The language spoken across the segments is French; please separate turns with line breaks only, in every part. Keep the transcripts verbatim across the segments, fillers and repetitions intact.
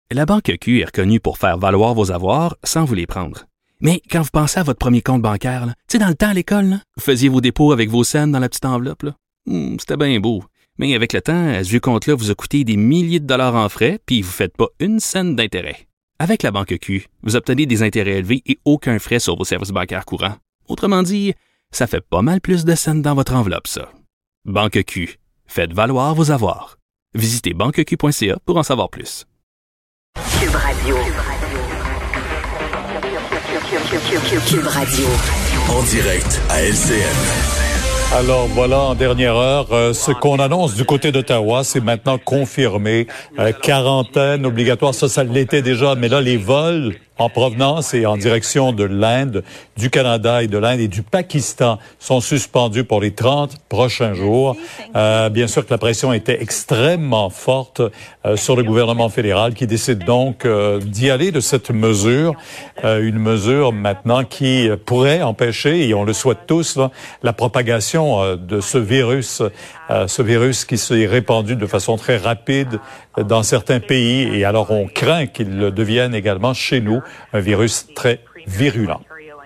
La Banque Q est reconnue pour faire valoir vos avoirs sans vous les prendre. Mais quand vous pensez à votre premier compte bancaire, tu sais, dans le temps à l'école, là, vous faisiez vos dépôts avec vos scènes dans la petite enveloppe. Là. Hum, c'était bien beau. Mais avec le temps, ce vieux compte-là vous a coûté des milliers de dollars en frais, puis vous ne faites pas une scène d'intérêt. Avec la Banque Q, vous obtenez des intérêts élevés et aucun frais sur vos services bancaires courants. Autrement dit, ça fait pas mal plus de scènes dans votre enveloppe, ça. Banque Q. Faites valoir vos avoirs. Visitez banque q point c a pour en savoir plus.
Cube Radio. Cube Radio.
En direct à L C N.
Alors voilà, en dernière heure, euh, ce qu'on annonce du côté d'Ottawa, c'est maintenant confirmé. Euh, quarantaine obligatoire, ça, ça l'était déjà, mais là, les vols en provenance et en direction de l'Inde, du Canada et de l'Inde et du Pakistan sont suspendus pour les trente prochains jours. Euh, bien sûr que la pression était extrêmement forte euh, sur le gouvernement fédéral qui décide donc euh, d'y aller de cette mesure. Euh, une mesure maintenant qui pourrait empêcher, et on le souhaite tous, là, la propagation euh, de ce virus, euh, ce virus qui s'est répandu de façon très rapide dans certains pays. Et alors on craint qu'il devienne également chez nous un virus très virulent.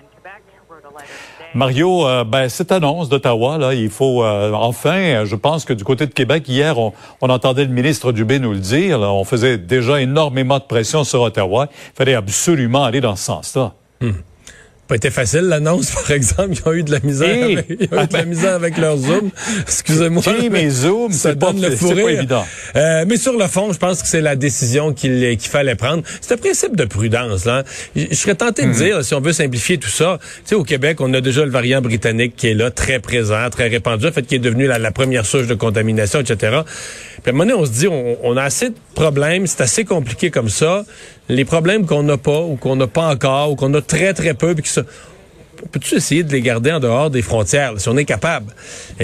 Mario, euh, ben cette annonce d'Ottawa, là, il faut euh, enfin, je pense que du côté de Québec, hier, on, on entendait le ministre Dubé nous le dire, là, on faisait déjà énormément de pression sur Ottawa. Il fallait absolument aller dans ce sens-là.
Hum. Pas été facile l'annonce, par exemple. Ils ont eu de la misère, hey, avec, ils ont eu de la misère avec leur Zoom. Excusez-moi.
Oui, mais Zoom, c'est pas,
le
c'est pas évident.
Euh, mais sur le fond, je pense que c'est la décision qu'il, qu'il fallait prendre. C'est un principe de prudence, là. Je, je serais tenté de mm-hmm. dire, si on veut simplifier tout ça, tu sais, au Québec, on a déjà le variant britannique qui est là, très présent, très répandu, en fait, qui est devenu la, la première source de contamination, et cetera. Puis à un moment donné, on se dit, on, on a assez de problèmes, c'est assez compliqué comme ça. Les problèmes qu'on n'a pas, ou qu'on n'a pas encore, ou qu'on a très, très peu, puis qui sont... Peux-tu essayer de les garder en dehors des frontières, là, si on est capable?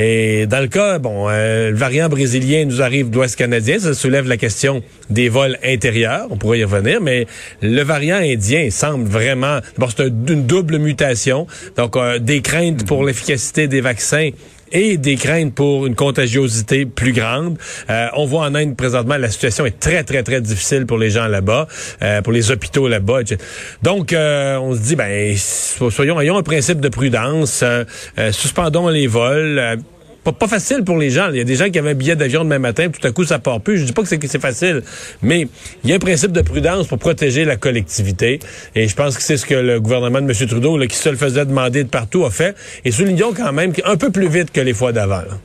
Et dans le cas, bon, euh, le variant brésilien nous arrive d'Ouest canadien, ça soulève la question des vols intérieurs, on pourrait y revenir, mais le variant indien semble vraiment... D'abord, c'est une double mutation, donc euh, des craintes pour l'efficacité des vaccins et des craintes pour une contagiosité plus grande. Euh, on voit en Inde présentement, la situation est très, très, très difficile pour les gens là-bas, euh, pour les hôpitaux là-bas. Et cetera. Donc, euh, on se dit, ben, soyons, ayons un principe de prudence, euh, euh, suspendons les vols. Euh, Pas, pas facile pour les gens. Il y a des gens qui avaient un billet d'avion demain matin, puis tout à coup, ça part plus. Je dis pas que c'est, que c'est facile, mais il y a un principe de prudence pour protéger la collectivité. Et je pense que c'est ce que le gouvernement de M. Trudeau, là, qui se le faisait demander de partout, a fait. Et soulignons quand même qu'un peu plus vite que les fois d'avant, là.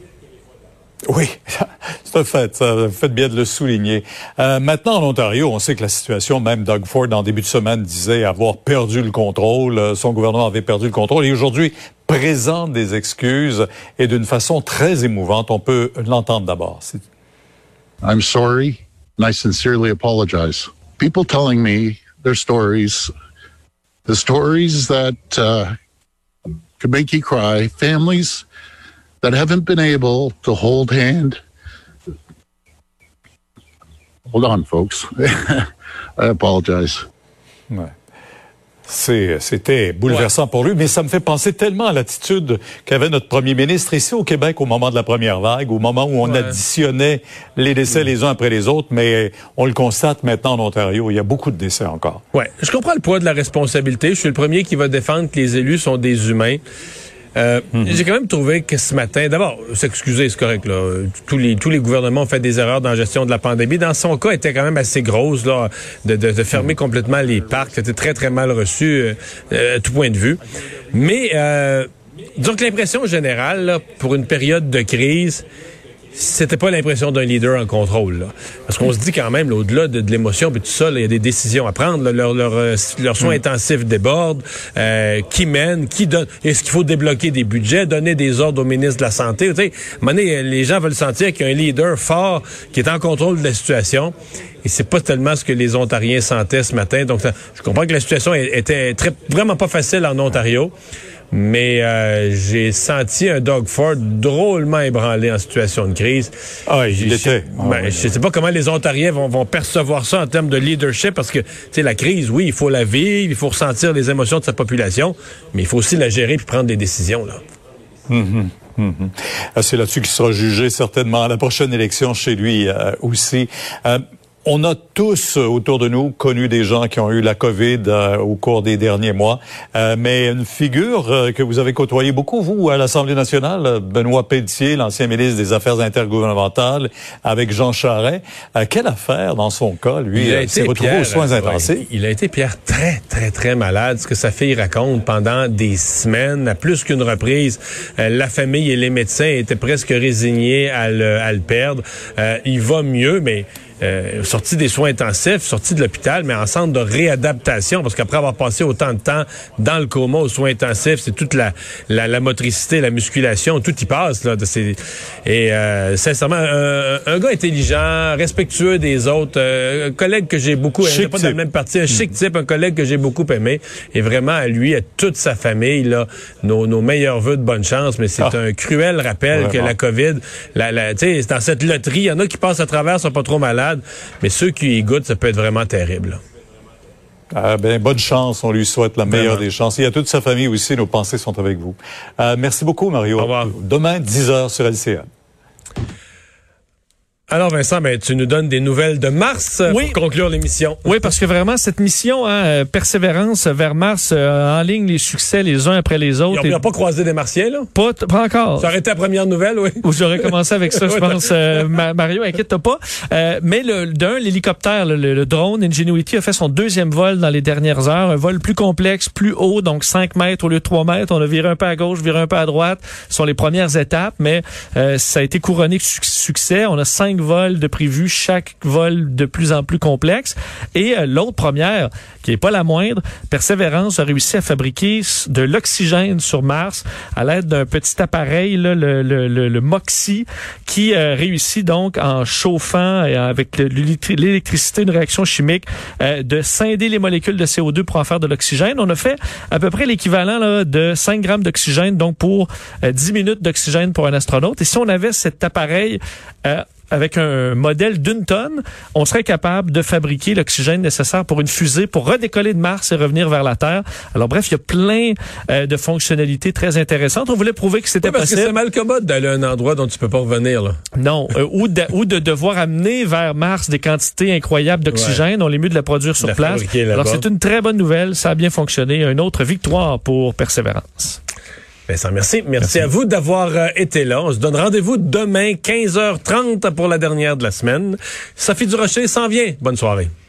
Oui, c'est un fait. Ça fait bien de le souligner. Euh, maintenant, en Ontario, on sait que la situation, même Doug Ford, en début de semaine, disait avoir perdu le contrôle. Son gouvernement avait perdu le contrôle. Et aujourd'hui, présente des excuses et d'une façon très émouvante. On peut l'entendre d'abord. C'est...
I'm sorry, and I sincerely apologize. People telling me their stories, the stories that uh, could make you cry, families that haven't been able to hold hand. Hold on, folks. I apologize.
Ouais. C'est, c'était bouleversant ouais. pour lui, mais ça me fait penser tellement à l'attitude qu'avait notre premier ministre ici au Québec au moment de la première vague, au moment où on ouais. additionnait les décès ouais. les uns après les autres, mais on le constate maintenant en Ontario, il y a beaucoup de décès encore.
Ouais, je comprends le poids de la responsabilité. Je suis le premier qui va défendre que les élus sont des humains. Euh, mm-hmm. J'ai quand même trouvé que ce matin, d'abord, s'excuser, c'est correct, là. Tous les, tous les gouvernements ont fait des erreurs dans la gestion de la pandémie. Dans son cas, elle était quand même assez grosse, là, de, de, de fermer mm-hmm. complètement les parcs. C'était très, très mal reçu, euh, à tout point de vue. Mais, euh, disons que l'impression générale, là, pour une période de crise, c'était pas l'impression d'un leader en contrôle, là. Parce qu'on se dit quand même, là, au-delà de, de l'émotion et tout ça, il y a des décisions à prendre. Là, leur, leur, euh, leurs soins mm. intensifs débordent. Euh, qui mène? Qui donne? Est-ce qu'il faut débloquer des budgets? Donner des ordres au ministre de la Santé? Tu sais, à un moment donné, les gens veulent sentir qu'il y a un leader fort qui est en contrôle de la situation. Et c'est pas tellement ce que les Ontariens sentaient ce matin. Donc, ça, je comprends que la situation était très, vraiment pas facile en Ontario. Mais euh, j'ai senti un Doug Ford drôlement ébranlé en situation de crise.
Ah, il était.
Ben, je sais pas comment les Ontariens vont, vont percevoir ça en termes de leadership, parce que, tu sais, la crise, oui, il faut la vivre, il faut ressentir les émotions de sa population, mais il faut aussi la gérer puis prendre des décisions, là.
Mm-hmm. Mm-hmm. C'est là-dessus qu'il sera jugé certainement à la prochaine élection chez lui euh, aussi. Euh, On a tous euh, autour de nous connu des gens qui ont eu la COVID euh, au cours des derniers mois, euh, mais une figure euh, que vous avez côtoyé beaucoup, vous, à l'Assemblée nationale, Benoît Pelletier, l'ancien ministre des Affaires intergouvernementales, avec Jean Charest. Euh, quelle affaire dans son cas, lui, il s'est retrouvé Pierre, aux soins intensifs?
Ouais, il a été, Pierre, très, très, très malade. Ce que sa fille raconte, pendant des semaines, à plus qu'une reprise, euh, la famille et les médecins étaient presque résignés à le, à le perdre. Euh, il va mieux, mais... Euh, sorti des soins intensifs, sorti de l'hôpital, mais en centre de réadaptation, parce qu'après avoir passé autant de temps dans le coma aux soins intensifs, c'est toute la, la, la motricité, la musculation, tout y passe. Là, de ces, et euh, sincèrement, un, un gars intelligent, respectueux des autres, euh, un collègue que j'ai beaucoup aimé, pas dans le même parti, un chic type, un collègue que j'ai beaucoup aimé, et vraiment à lui, à toute sa famille, là, nos, nos meilleurs vœux de bonne chance, mais c'est ah. un cruel rappel Vraiment. que la COVID, la, la, tu sais, dans cette loterie, il y en a qui passent à travers, sont pas trop malades, mais ceux qui y goûtent, ça peut être vraiment terrible.
Ah ben, bonne chance, on lui souhaite la meilleure Vraiment. des chances. Et à toute sa famille aussi, nos pensées sont avec vous. Euh, merci beaucoup, Mario.
Au revoir.
Demain, dix heures sur L C N.
Alors Vincent, ben, tu nous donnes des nouvelles de Mars oui. pour conclure l'émission.
Oui, parce que vraiment, cette mission, hein, persévérance vers Mars, euh, en ligne les succès les uns après les autres.
Ils n'ont pas croisé des Martiens, là?
Pas, pas encore.
Ça aurait été la première nouvelle, oui.
Ou j'aurais commencé avec ça, je pense. Euh, Mario, inquiète-toi pas. Euh, mais le, d'un, l'hélicoptère, le, le drone Ingenuity a fait son deuxième vol dans les dernières heures. Un vol plus complexe, plus haut, donc cinq mètres au lieu de trois mètres. On a viré un peu à gauche, viré un peu à droite. Ce sont les premières étapes, mais euh, ça a été couronné de succès. On a cinq vols de prévu, chaque vol de plus en plus complexe. Et euh, l'autre première, qui est pas la moindre, Persévérance a réussi à fabriquer de l'oxygène sur Mars à l'aide d'un petit appareil, là, le, le, le, le MOXIE, qui euh, réussit donc en chauffant et avec le, l'électricité, une réaction chimique, euh, de scinder les molécules de C O deux pour en faire de l'oxygène. On a fait à peu près l'équivalent là, de cinq grammes d'oxygène, donc pour euh, dix minutes d'oxygène pour un astronaute. Et si on avait cet appareil euh, avec un modèle d'une tonne, on serait capable de fabriquer l'oxygène nécessaire pour une fusée pour redécoller de Mars et revenir vers la Terre. Alors bref, il y a plein euh, de fonctionnalités très intéressantes. On voulait prouver que c'était
oui, parce
possible.
Parce que c'est mal commode d'aller à un endroit dont tu peux pas revenir, là.
Non, euh, ou, de, ou de devoir amener vers Mars des quantités incroyables d'oxygène. Ouais. On est mieux de la produire sur la place. Alors c'est une très bonne nouvelle. Ça a bien fonctionné. Une autre victoire pour Persévérance.
Vincent, merci. merci. Merci à vous d'avoir euh, été là. On se donne rendez-vous demain, quinze heures trente pour la dernière de la semaine. Sophie Durocher s'en vient. Bonne soirée.